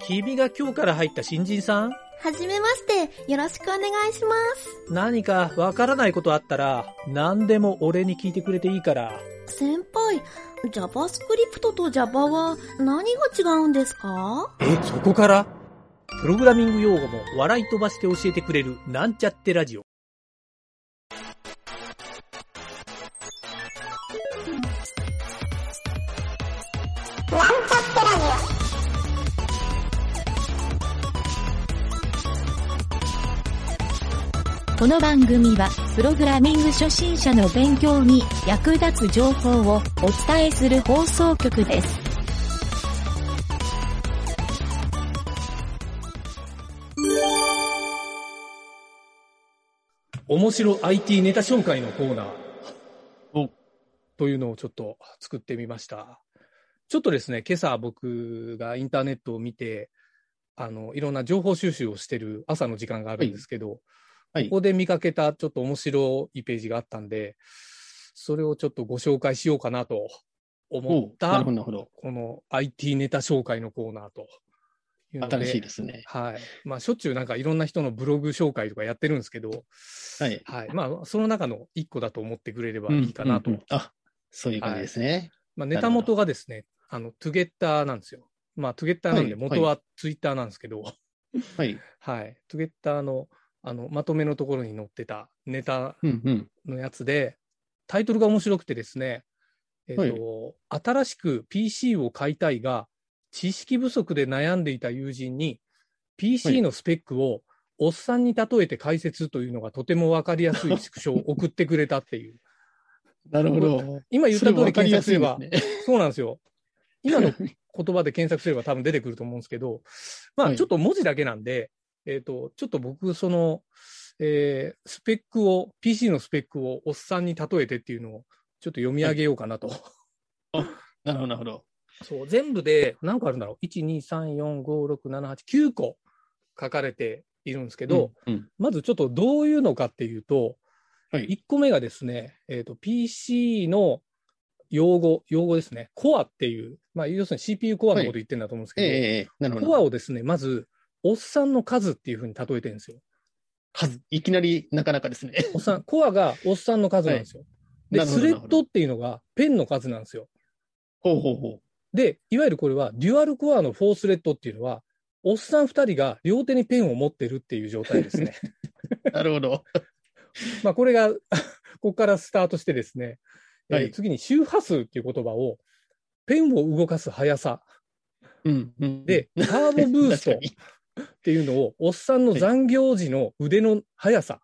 君が今日から入った新人さん？ はじめまして、よろしくお願いします。 何かわからないことあったら、何でも俺に聞いてくれていいから。 先輩、JavaScript と Java は何が違うんですか？ そこから？プログラミング用語も笑い飛ばして教えてくれるなんちゃってラジオ。 この番組はプログラミング初心者の勉強に役立つ情報をお伝えする放送局です。 面白 IT ネタ紹介のコーナーというのをちょっと作ってみました。ちょっとですね、今朝僕がインターネットを見て、いろんな情報収集をしてる朝の時間があるんですけど、ここで見かけたちょっと面白いページがあったんで、それをちょっとご紹介しようかなと思った、この IT ネタ紹介のコーナーというので。 新しいですね。 はい。まあ、しょっちゅうなんかいろんな人のブログ紹介とかやってるんですけど、 はい。 はい。まあ、その中の一個だと思ってくれればいいかなと。 あ、そういう感じですね。はい、 まあ、ネタ元がですね、トゥゲッターなんですよ。まあ、トゥゲッターなんで元はツイッターなんですけど、 はい。 はい。トゥゲッターのまとめのところに載ってたネタのやつで、タイトルが面白くてですね、新しく PC を買いたいが、知識不足で悩んでいた友人に、PC のスペックをおっさんに例えて解説というのがとてもわかりやすいスクショを送ってくれたっていう。 なるほど。 今言った通り検索すれば、そうなんですよ。今の言葉で検索すれば多分出てくると思うんですけど、まあちょっと文字だけなんで、ちょっと僕、スペックを、PC のスペックをおっさんに例えてっていうのをちょっと読み上げようかなと。 なるほど、なるほど。 そう、全部で何個あるんだろう ?1、2、3、4、5、6、7、8、9個書かれているんですけど、まずちょっとどういうのかっていうと、1個目がですね、PC の用語ですね。コアっていう、まあ、要するに CPU コアのこと言ってるんだと思うんですけど、コアをですね、まず、おっさんの数っていうふうに例えてるんですよ。 数、いきなりなかなかですね。 コアがおっさんの数なんですよ。で、スレッドっていうのがペンの数なんですよ。で、いわゆるこれは、デュアルコアの4スレッドっていうのは、おっさん2人が両手にペンを持ってるっていう状態ですね。 なるほど。 まあ、これが、ここからスタートしてですね、次に周波数っていう言葉を、ペンを動かす速さ。で、ターボブーストっていうのを、おっさんの残業時の腕の速さ。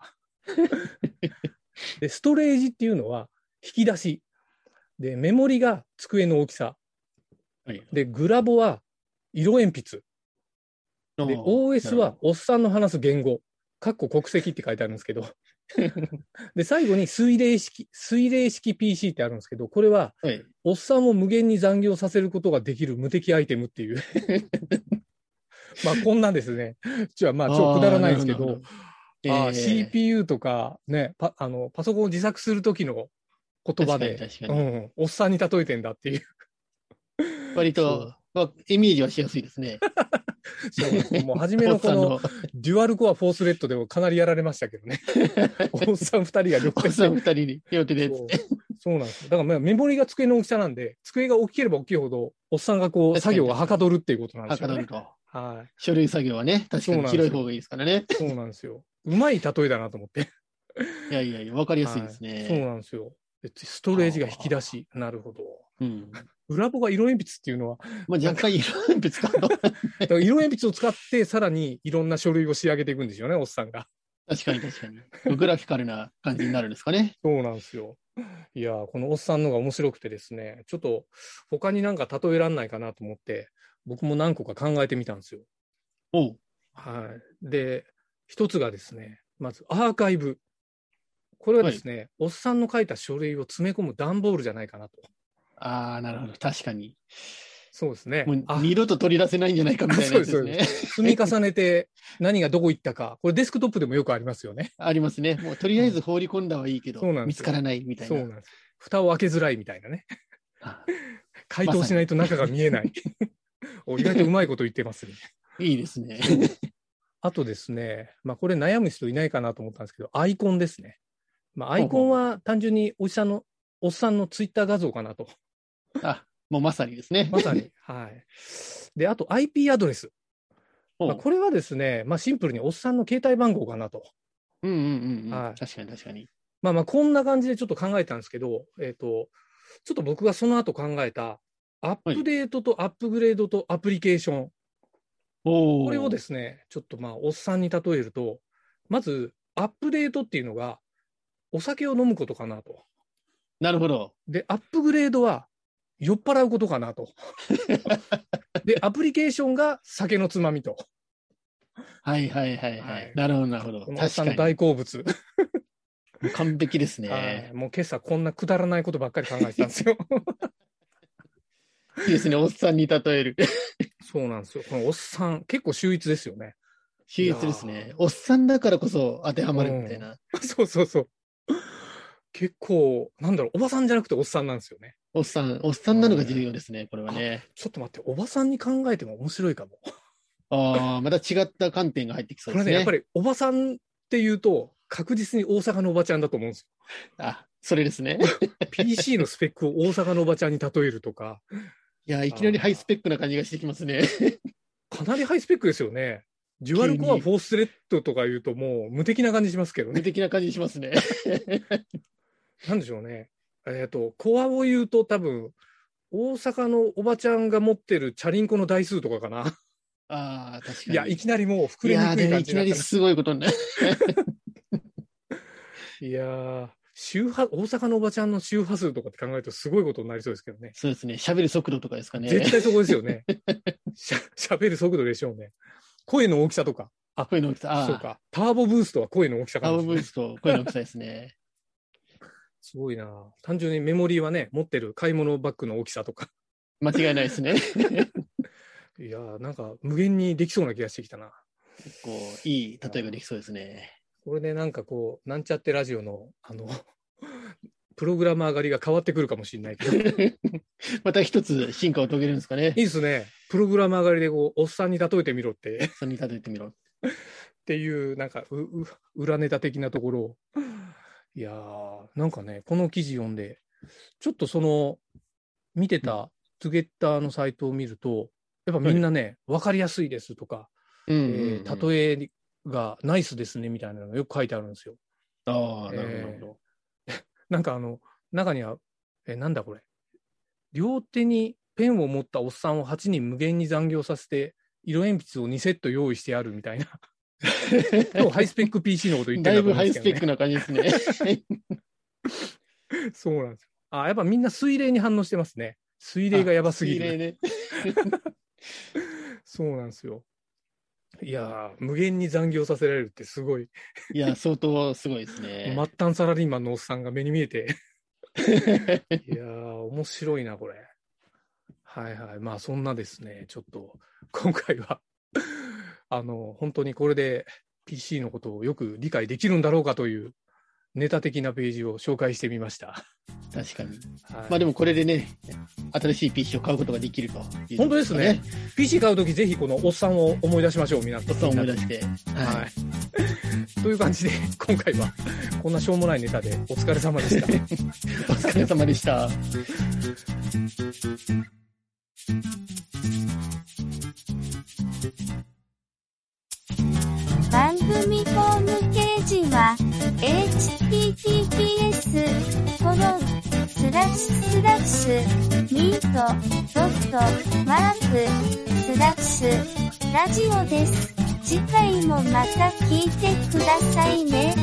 で、ストレージっていうのは、引き出し。で、メモリが机の大きさ。で、グラボは色鉛筆。で、OS はおっさんの話す言語。かっこ国籍って書いてあるんですけど。で、最後に水冷式 PC ってあるんですけど、これは、おっさんを無限に残業させることができる無敵アイテムっていう。まあ、こんなんですね。まあ、超くだらないんですけど、CPU とかね、パソコンを自作するときの言葉で、おっさんに例えてんだっていう。 割と、イメージはしやすいですね。 そうもう初めのこのデュアルコア4スレッドでもかなりやられましたけどね。おっさん2人が両手で。 おっさん2人に両手で。 そうなんですよ。だからメモリが机の大きさなんで、机が大きければ大きいほど、おっさんがこう作業がはかどるっていうことなんですよね。はかどると。はい。 書類作業はね、確かに広い方がいいですからね。 そうなんですよ。うまい例えだなと思って。 いやいや、わかりやすいですね。 そうなんですよ。ストレージが引き出し。なるほど。裏ボが色鉛筆っていうのは。 まあ、若干色鉛筆かと。 色鉛筆を使って、さらにいろんな書類を仕上げていくんですよね、おっさんが。 確かに確かに。グラフィカルな感じになるんですかね。 そうなんですよ。いや、このおっさんのが面白くてですね、ちょっと他になんか例えられないかなと思って、僕も何個か考えてみたんですよ。はい。で、一つがですね、まずアーカイブ。これはですね、おっさんの書いた書類を詰め込む段ボールじゃないかなと。 ああ、なるほど。確かに。 そうですね。 もう二度と取り出せないんじゃないかみたいなやつですね。 積み重ねて何がどこ行ったか。これデスクトップでもよくありますよね。 ありますね。もうとりあえず放り込んだはいいけど、見つからないみたいな。 そうなんです。蓋を開けづらいみたいなね。解凍しないと中が見えない。意外とうまいこと言ってますね。 いいですね。 あとですね、まあこれ悩む人いないかなと思ったんですけど、アイコンですね。まあアイコンは単純におっさんのツイッター画像かなと。 あ、もうまさにですね。 まさに。はい。で、あと IP アドレス。まあ、これはですね、まあシンプルにおっさんの携帯番号かなと。 うんうんうんうん。 はい、 確かに確かに。 まあこんな感じでちょっと考えたんですけど、ちょっと僕がその後考えた、アップデートとアップグレードとアプリケーション。これをですね、ちょっとまあおっさんに例えると、まずアップデートっていうのがお酒を飲むことかなと。 なるほど。 で、アップグレードは酔っ払うことかなと。で、アプリケーションが酒のつまみと。 はいはいはいはい。なるほどなるほど。 このおっさんの大好物。 完璧ですね。 もう今朝こんなくだらないことばっかり考えてたんですよ。 いいですね、おっさんに例える。 そうなんですよ。このおっさん、結構秀逸ですよね。 秀逸ですね。おっさんだからこそ当てはまるみたいな。 そうそうそう。結構、なんだろう、おばさんじゃなくておっさんなんですよね。 おっさんなのが重要ですね、これはね。 ちょっと待って、おばさんに考えても面白いかも。 ああ、また違った観点が入ってきそうですね。 これね、やっぱりおばさんっていうと、確実に大阪のおばちゃんだと思うんですよ。 あ、それですね。 PC のスペックを大阪のおばちゃんに例えるとか。 いや、いきなりハイスペックな感じがしてきますね。 かなりハイスペックですよね。デュアルコア4スレッドとか言うともう無敵な感じしますけどね。 無敵な感じしますね。 なんでしょうね。コアを言うと多分、大阪のおばちゃんが持ってるチャリンコの台数とかかな。 ああ、確かに。 いや、いきなりもう膨れにくい感じになった。 いきなりすごいことになる。 いやー、大阪のおばちゃんの周波数とかって考えるとすごいことになりそうですけどね。 そうですね。喋る速度とかですかね。 絶対そこですよね。喋る速度でしょうね。声の大きさとか。 あ、声の大きさ。 そうか。ターボブーストは声の大きさかもしれない。 ターボブースト、声の大きさですね。 すごいな。単純にメモリーはね、持ってる買い物バッグの大きさとか。 間違いないですね。 いやー、なんか無限にできそうな気がしてきたな。 結構いい例えができそうですね。 これでなんかこう、なんちゃってラジオの、プログラマー狩りが変わってくるかもしれないけど。 また一つ進化を遂げるんですかね。 いいですね。プログラマー狩りでこう、おっさんに例えてみろって。 おっさんに例えてみろ。 っていう、なんか裏ネタ的なところを。いやー、なんかね、この記事読んで、ちょっと見てたツゲッターのサイトを見ると、やっぱみんなね、わかりやすいですとか、例えがナイスですねみたいなのがよく書いてあるんですよ。 ああ、なるほど。 なんか中には、なんだこれ。両手にペンを持ったおっさんを8人無限に残業させて、色鉛筆を2セット用意してあるみたいな。今日ハイスペック PC のこと言ってるんだと思うんですけど、ね、 だいぶハイスペックな感じですね。 そうなんですよ。やっぱみんな水冷に反応してますね。水冷がやばすぎる。 水冷ね。 そうなんですよ。いやー、無限に残業させられるってすごい。 いや、相当すごいですね。 末端サラリーマンのおっさんが目に見えて。いやー、面白いな、これ。はいはい。まあ、そんなですね、ちょっと、今回は、本当にこれで PC のことをよく理解できるんだろうかというネタ的なページを紹介してみました。 確かに。 はい、 まあでもこれでね、新しい PC を買うことができるという、ね。 本当ですね。PC 買うときぜひこのおっさんを思い出しましょう、皆さん。 おっさんを思い出して。 はい。という感じで、今回はこんなしょうもないネタでお疲れ様でした。 お疲れ様でした。 番組ホームページは https://meet.mark/ラジオです。次回もまた聞いてくださいね。